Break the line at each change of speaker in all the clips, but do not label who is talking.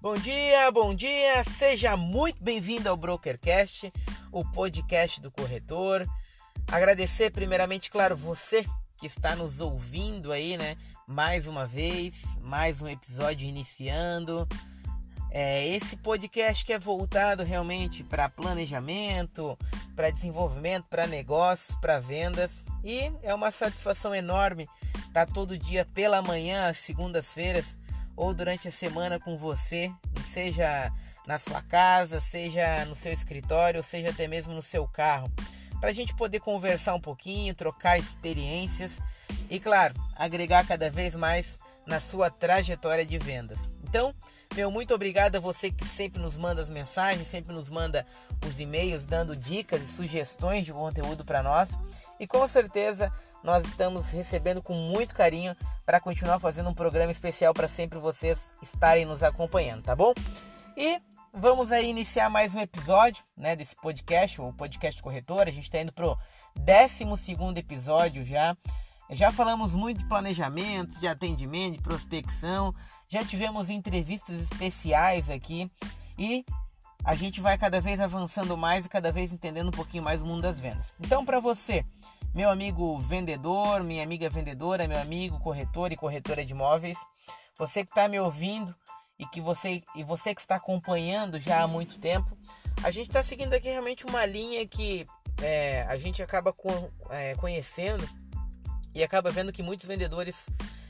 Bom dia, seja muito bem-vindo ao BrokerCast, o podcast do corretor. Agradecer primeiramente, claro, você que está nos ouvindo aí, né? Mais uma vez, mais um episódio iniciando. Esse podcast que é voltado realmente para planejamento, para desenvolvimento, para negócios, para vendas. E é uma satisfação enorme estar todo dia pela manhã, às segundas-feiras, ou durante a semana com você, seja na sua casa, seja no seu escritório, ou seja até mesmo no seu carro, para a gente poder conversar um pouquinho, trocar experiências e, claro, agregar cada vez mais na sua trajetória de vendas. Então, muito obrigado a você que sempre nos manda as mensagens, sempre nos manda os e-mails dando dicas e sugestões de conteúdo para nós. E com certeza nós estamos recebendo com muito carinho para continuar fazendo um programa especial para sempre vocês estarem nos acompanhando, tá bom? E vamos aí iniciar mais um episódio, né, desse podcast, o podcast corretor. A gente está indo pro 12º episódio já. Já falamos muito de planejamento, de atendimento, de prospecção. Já tivemos entrevistas especiais aqui e a gente vai cada vez avançando mais e cada vez entendendo um pouquinho mais o mundo das vendas. Então, para você, meu amigo vendedor, minha amiga vendedora, meu amigo corretor e corretora de imóveis, você que está me ouvindo e você que está acompanhando já há muito tempo, a gente está seguindo aqui realmente uma linha que a gente acaba conhecendo e acaba vendo que muitos vendedores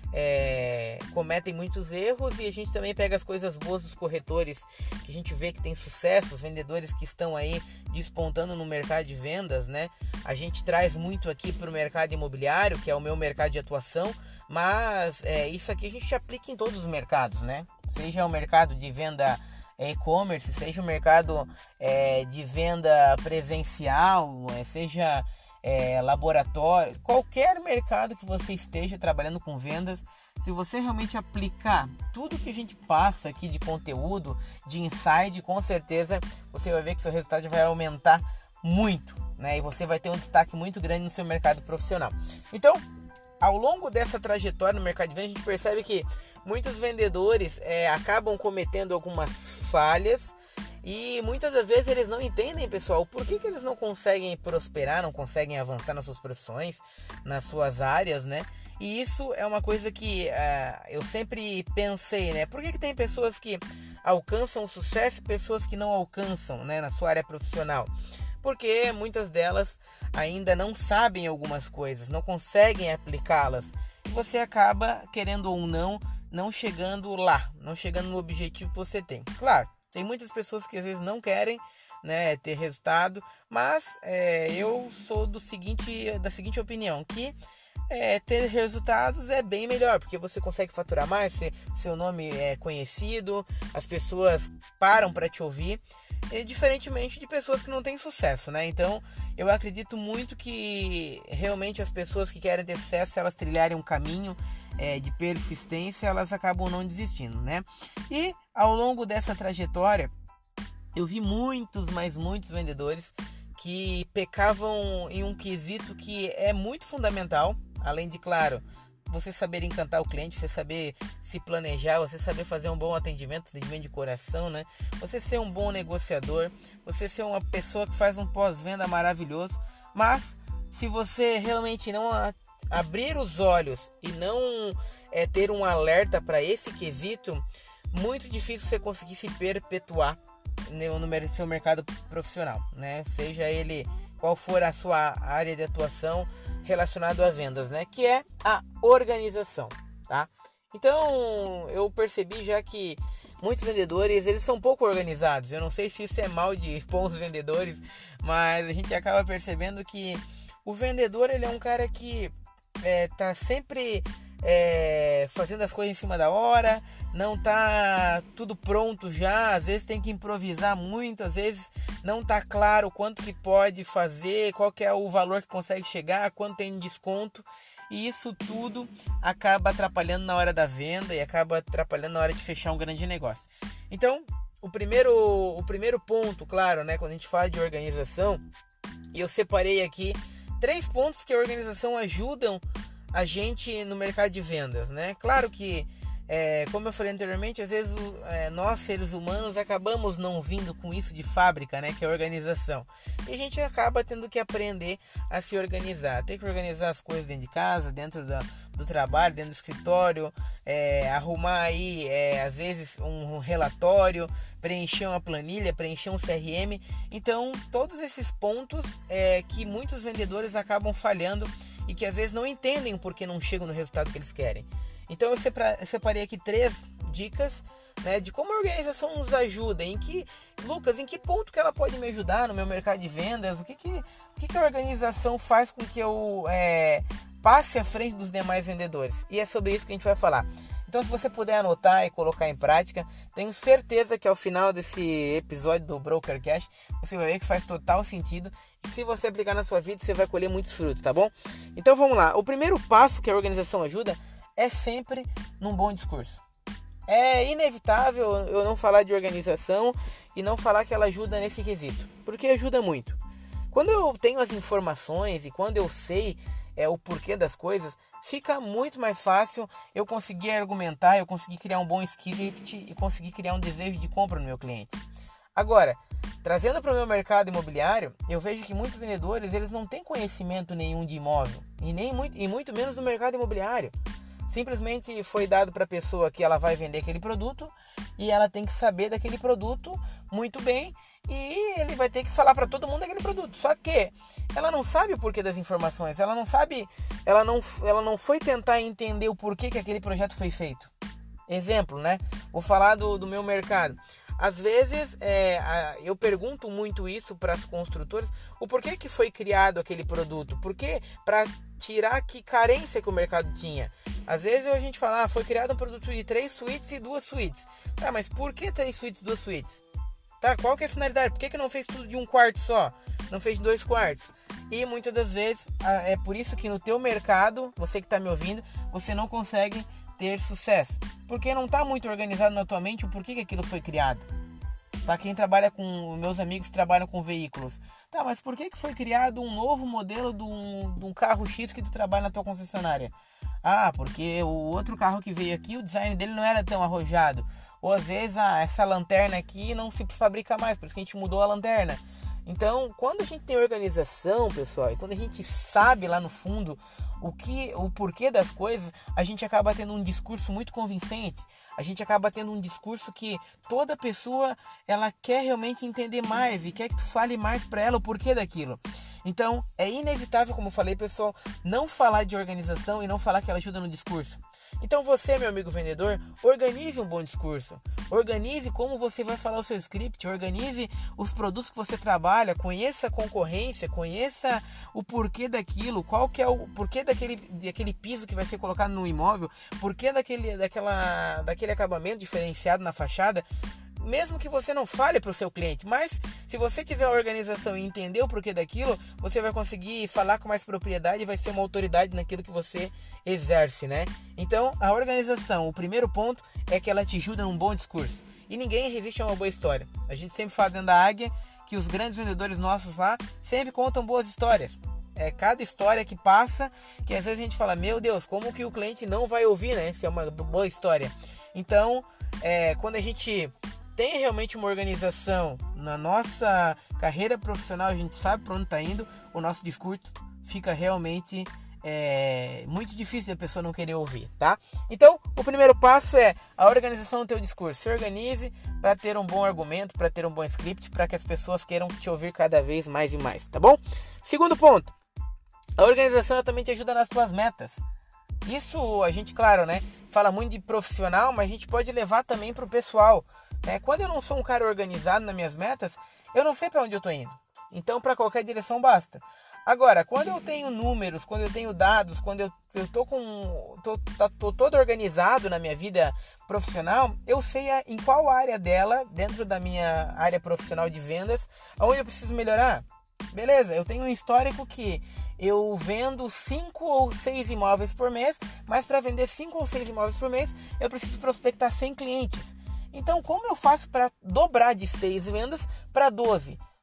cometem muitos erros, e a gente também pega as coisas boas dos corretores que a gente vê que tem sucesso, os vendedores que estão aí despontando no mercado de vendas, né? A gente traz muito aqui para o mercado imobiliário, que é o meu mercado de atuação, mas isso aqui a gente aplica em todos os mercados, né? Seja o mercado de venda e-commerce, seja o mercado de venda presencial, seja laboratório, qualquer mercado que você esteja trabalhando com vendas, se você realmente aplicar tudo que a gente passa aqui de conteúdo, de insight, com certeza você vai ver que seu resultado vai aumentar muito, né? E você vai ter um destaque muito grande no seu mercado profissional. Então, ao longo dessa trajetória no mercado de vendas, a gente percebe que muitos vendedores acabam cometendo algumas falhas. E muitas das vezes eles não entendem, pessoal, por que eles não conseguem prosperar, não conseguem avançar nas suas profissões, nas suas áreas, né? E isso é uma coisa que eu sempre pensei, né? Por que tem pessoas que alcançam sucesso e pessoas que não alcançam, né, na sua área profissional? Porque muitas delas ainda não sabem algumas coisas, não conseguem aplicá-las. E você acaba, querendo ou não chegando lá, não chegando no objetivo que você tem. Claro, tem muitas pessoas que às vezes não querem, né, ter resultado, mas eu sou da seguinte opinião, que ter resultados é bem melhor, porque você consegue faturar mais, seu nome é conhecido, as pessoas param para te ouvir, diferentemente de pessoas que não têm sucesso, né? Então, eu acredito muito que realmente as pessoas que querem ter sucesso, se elas trilharem um caminho de persistência, elas acabam não desistindo, né? E ao longo dessa trajetória, eu vi muitos vendedores que pecavam em um quesito que é muito fundamental, além de, claro, você saber encantar o cliente, você saber se planejar, você saber fazer um bom atendimento de coração, né? Você ser um bom negociador, você ser uma pessoa que faz um pós-venda maravilhoso, mas se você realmente não abrir os olhos e não ter um alerta para esse quesito, muito difícil você conseguir se perpetuar no seu mercado profissional, né? Seja ele qual for a sua área de atuação relacionado a vendas, né? Que é a organização, tá? Então, eu percebi já que muitos vendedores, eles são pouco organizados. Eu não sei se isso é mal de bons vendedores, mas a gente acaba percebendo que o vendedor, ele é um cara que tá sempre fazendo as coisas em cima da hora, não tá tudo pronto já, às vezes tem que improvisar muito, às vezes não tá claro quanto que pode fazer, qual que é o valor que consegue chegar, quanto tem de desconto, e isso tudo acaba atrapalhando na hora da venda e acaba atrapalhando na hora de fechar um grande negócio. Então, o primeiro ponto, claro, né, quando a gente fala de organização, eu separei aqui 3 pontos que a organização ajudam a gente no mercado de vendas, né? Claro que como eu falei anteriormente, às vezes nós seres humanos acabamos não vindo com isso de fábrica, né, que é a organização. E a gente acaba tendo que aprender a se organizar, ter que organizar as coisas dentro de casa, dentro do trabalho, dentro do escritório, arrumar aí às vezes um relatório, preencher uma planilha, preencher um CRM. Então todos esses pontos que muitos vendedores acabam falhando e que às vezes não entendem o porquê não chegam no resultado que eles querem. Então eu separei aqui 3 dicas, né, de como a organização nos ajuda, Lucas, em que ponto que ela pode me ajudar no meu mercado de vendas, o que a organização faz com que eu passe à frente dos demais vendedores. E é sobre isso que a gente vai falar. Então, se você puder anotar e colocar em prática, tenho certeza que ao final desse episódio do Broker Cash, você vai ver que faz total sentido. E se você aplicar na sua vida, você vai colher muitos frutos, tá bom? Então, vamos lá. O primeiro passo que a organização ajuda é sempre num bom discurso. É inevitável eu não falar de organização e não falar que ela ajuda nesse quesito, porque ajuda muito. Quando eu tenho as informações e quando eu sei o porquê das coisas, fica muito mais fácil eu conseguir argumentar, eu conseguir criar um bom script e conseguir criar um desejo de compra no meu cliente. Agora, trazendo para o meu mercado imobiliário, eu vejo que muitos vendedores eles não têm conhecimento nenhum de imóvel e muito menos do mercado imobiliário. Simplesmente foi dado para a pessoa que ela vai vender aquele produto e ela tem que saber daquele produto muito bem e ele vai ter que falar para todo mundo daquele produto. Só que ela não sabe o porquê das informações, ela não foi tentar entender o porquê que aquele projeto foi feito. Exemplo, né? Vou falar do meu mercado. Às vezes eu pergunto muito isso para as construtoras, o porquê que foi criado aquele produto, porque para tirar que carência que o mercado tinha. Às vezes a gente fala, foi criado um produto de 3 suítes e 2 suítes. Tá, mas por que 3 suítes e 2 suítes? Tá, qual que é a finalidade? Por que não fez tudo de 1 quarto só? Não fez de 2 quartos? E muitas das vezes é por isso que no teu mercado, você que está me ouvindo, você não consegue ter sucesso. Porque não está muito organizado na tua mente o porquê que aquilo foi criado. Tá, quem trabalha com meus amigos que trabalham com veículos. Tá, mas por que foi criado um novo modelo de um carro X que tu trabalha na tua concessionária? Ah, porque o outro carro que veio aqui, o design dele não era tão arrojado. Ou às vezes, essa lanterna aqui não se fabrica mais, por isso que a gente mudou a lanterna. Então, quando a gente tem organização, pessoal, e quando a gente sabe lá no fundo o porquê das coisas, a gente acaba tendo um discurso muito convincente. A gente acaba tendo um discurso que toda pessoa ela quer realmente entender mais e quer que tu fale mais para ela o porquê daquilo. Então, é inevitável, como eu falei, pessoal, não falar de organização e não falar que ela ajuda no discurso. Então você, meu amigo vendedor, organize um bom discurso. Organize como você vai falar o seu script, organize os produtos que você trabalha, conheça a concorrência, conheça o porquê daquilo, qual que é o porquê daquele piso que vai ser colocado no imóvel, porquê daquele acabamento diferenciado na fachada. Mesmo que você não fale para o seu cliente, mas se você tiver a organização e entender o porquê daquilo, você vai conseguir falar com mais propriedade e vai ser uma autoridade naquilo que você exerce, né? Então, a organização, o primeiro ponto é que ela te ajuda num bom discurso. E ninguém resiste a uma boa história. A gente sempre fala dentro da Águia que os grandes vendedores nossos lá sempre contam boas histórias. É cada história que passa, que às vezes a gente fala, meu Deus, como que o cliente não vai ouvir, né? Se é uma boa história. Então, quando a gente tem realmente uma organização na nossa carreira profissional, a gente sabe para onde está indo, o nosso discurso fica realmente muito difícil a pessoa não querer ouvir, tá? Então, o primeiro passo é a organização do teu discurso. Se organize para ter um bom argumento, para ter um bom script, para que as pessoas queiram te ouvir cada vez mais e mais, tá bom? Segundo ponto, a organização também te ajuda nas tuas metas. Isso a gente, claro, né, fala muito de profissional, mas a gente pode levar também para o pessoal. Quando eu não sou um cara organizado nas minhas metas, eu não sei para onde eu estou indo. Então, para qualquer direção basta. Agora, quando eu tenho números, quando eu tenho dados, quando eu tô todo organizado na minha vida profissional, eu sei em qual área dela, dentro da minha área profissional de vendas, aonde eu preciso melhorar. Beleza, eu tenho um histórico que eu vendo 5 ou 6 imóveis por mês, mas para vender 5 ou 6 imóveis por mês, eu preciso prospectar 100 clientes. Então, como eu faço para dobrar de 6 vendas para 12?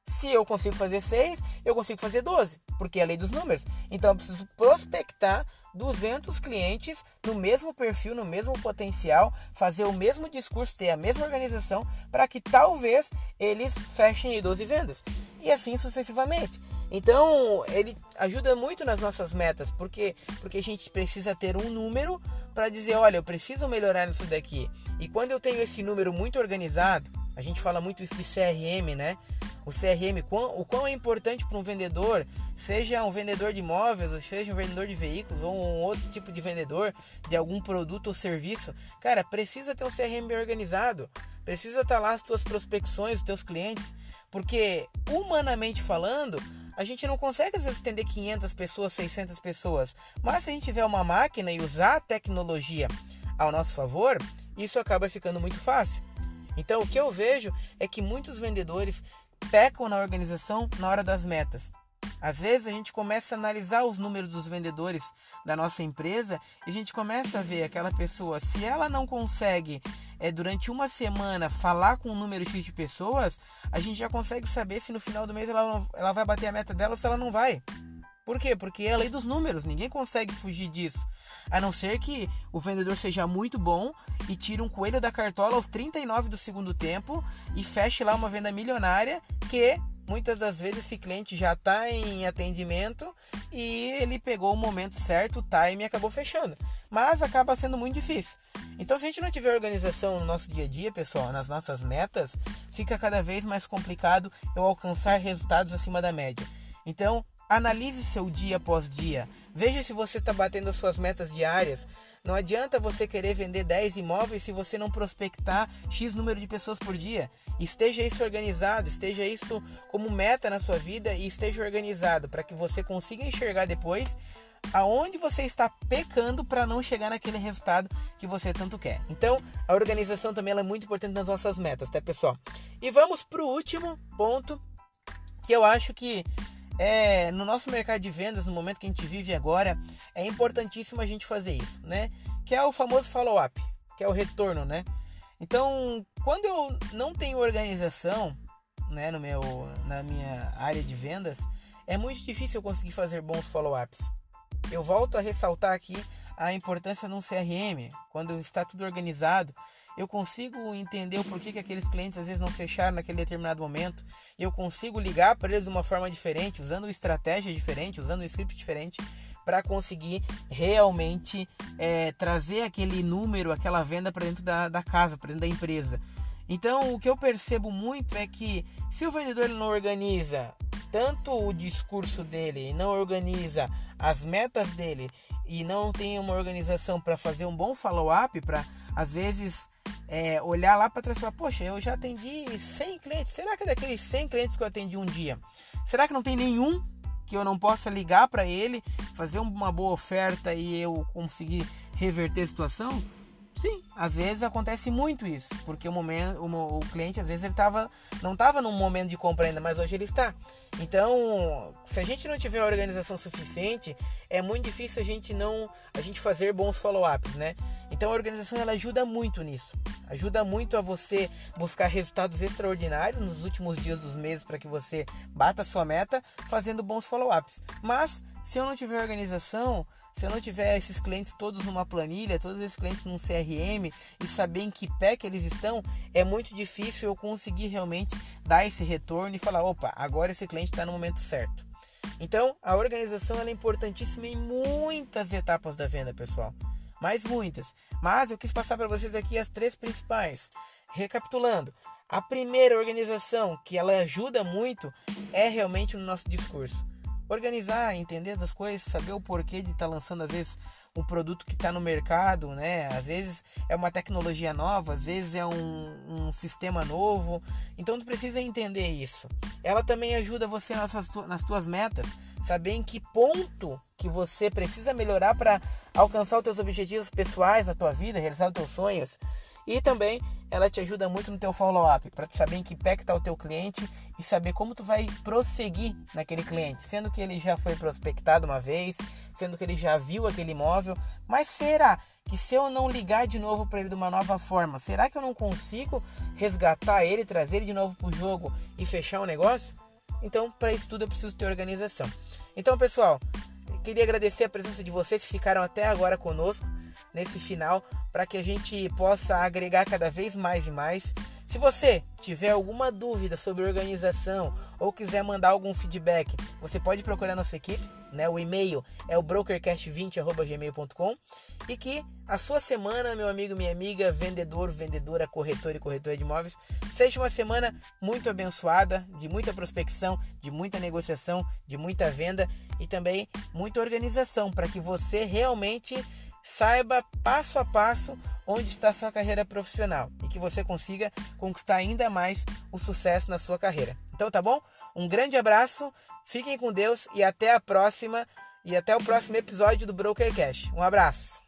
Se eu consigo fazer 6, eu consigo fazer 12, porque é a lei dos números. Então eu preciso prospectar 200 clientes no mesmo perfil, no mesmo potencial, fazer o mesmo discurso, ter a mesma organização, para que talvez eles fechem 12 vendas. E assim sucessivamente. Então ele ajuda muito nas nossas metas, porque a gente precisa ter um número para dizer, olha, eu preciso melhorar nisso daqui. E quando eu tenho esse número muito organizado, a gente fala muito isso de CRM, né? O CRM, o quão é importante para um vendedor, seja um vendedor de imóveis, ou seja um vendedor de veículos, ou um outro tipo de vendedor de algum produto ou serviço. Cara, precisa ter um CRM bem organizado, precisa estar lá as tuas prospecções, os teus clientes, porque humanamente falando, a gente não consegue às vezes atender 500 pessoas, 600 pessoas, mas se a gente tiver uma máquina e usar a tecnologia ao nosso favor, isso acaba ficando muito fácil. Então o que eu vejo é que muitos vendedores pecam na organização na hora das metas. Às vezes a gente começa a analisar os números dos vendedores da nossa empresa e a gente começa a ver aquela pessoa, se ela não consegue durante uma semana falar com um número X de pessoas, a gente já consegue saber se no final do mês ela vai bater a meta dela ou se ela não vai. Por quê? Porque é a lei dos números, ninguém consegue fugir disso. A não ser que o vendedor seja muito bom e tire um coelho da cartola aos 39 do segundo tempo e feche lá uma venda milionária, que muitas das vezes esse cliente já está em atendimento e ele pegou o momento certo, o time, e acabou fechando. Mas acaba sendo muito difícil. Então se a gente não tiver organização no nosso dia a dia, pessoal, nas nossas metas, fica cada vez mais complicado eu alcançar resultados acima da média. Então analise seu dia após dia. Veja se você está batendo as suas metas diárias. Não adianta você querer vender 10 imóveis se você não prospectar X número de pessoas por dia. Esteja isso organizado, esteja isso como meta na sua vida e esteja organizado para que você consiga enxergar depois aonde você está pecando para não chegar naquele resultado que você tanto quer. Então, a organização também ela é muito importante nas nossas metas, tá, pessoal? E vamos para o último ponto, que eu acho que no nosso mercado de vendas, no momento que a gente vive agora, é importantíssimo a gente fazer isso, né? Que é o famoso follow-up, que é o retorno, né? Então, quando eu não tenho organização, né, na minha área de vendas, é muito difícil eu conseguir fazer bons follow-ups. Eu volto a ressaltar aqui a importância de um CRM. Quando está tudo organizado, eu consigo entender o porquê que aqueles clientes às vezes não fecharam naquele determinado momento. Eu consigo ligar para eles de uma forma diferente, usando uma estratégia diferente, usando um script diferente, para conseguir realmente trazer aquele número, aquela venda para dentro da casa, para dentro da empresa. Então, o que eu percebo muito é que se o vendedor ele não organiza tanto o discurso dele, não organiza as metas dele e não tem uma organização para fazer um bom follow-up, para às vezes olhar lá para trás e falar, poxa, eu já atendi 100 clientes, será que daqueles 100 clientes que eu atendi um dia, será que não tem nenhum que eu não possa ligar para ele, fazer uma boa oferta e eu conseguir reverter a situação? Sim, às vezes acontece muito isso, porque o cliente às vezes ele não estava num momento de compra ainda, mas hoje ele está. Então, se a gente não tiver organização suficiente, é muito difícil a gente fazer bons follow-ups, né? Então a organização ela ajuda muito nisso, ajuda muito a você buscar resultados extraordinários nos últimos dias dos meses para que você bata a sua meta fazendo bons follow-ups. Mas se eu não tiver organização, se eu não tiver esses clientes todos numa planilha, todos esses clientes num CRM e saber em que pé que eles estão, é muito difícil eu conseguir realmente dar esse retorno e falar, opa, agora esse cliente está no momento certo. Então, a organização ela é importantíssima em muitas etapas da venda, pessoal. Mais muitas. Mas eu quis passar para vocês aqui as 3 principais. Recapitulando, a primeira organização que ela ajuda muito é realmente no nosso discurso. Organizar, entender das coisas, saber o porquê de estar lançando às vezes um produto que está no mercado, né? Às vezes é uma tecnologia nova, às vezes é um sistema novo. Então tu precisa entender isso. Ela também ajuda você nas tuas metas, saber em que ponto que você precisa melhorar para alcançar os teus objetivos pessoais na tua vida, realizar os teus sonhos. E também ela te ajuda muito no teu follow-up, para tu saber em que pé que está o teu cliente e saber como tu vai prosseguir naquele cliente, sendo que ele já foi prospectado uma vez, sendo que ele já viu aquele imóvel, mas será que se eu não ligar de novo para ele de uma nova forma, será que eu não consigo resgatar ele, trazer ele de novo para o jogo e fechar o negócio? Então, para isso tudo eu preciso ter organização. Então, pessoal, queria agradecer a presença de vocês que ficaram até agora conosco nesse final, para que a gente possa agregar cada vez mais e mais. Se você tiver alguma dúvida sobre organização ou quiser mandar algum feedback, você pode procurar nossa equipe, né? O e-mail é o brokercast20@gmail.com, e que a sua semana, meu amigo, minha amiga, vendedor, vendedora, corretor e corretora de imóveis, seja uma semana muito abençoada, de muita prospecção, de muita negociação, de muita venda e também muita organização, para que você realmente saiba passo a passo onde está a sua carreira profissional e que você consiga conquistar ainda mais o sucesso na sua carreira. Então tá bom? Um grande abraço, fiquem com Deus e até a próxima, e até o próximo episódio do Brokercast. Um abraço!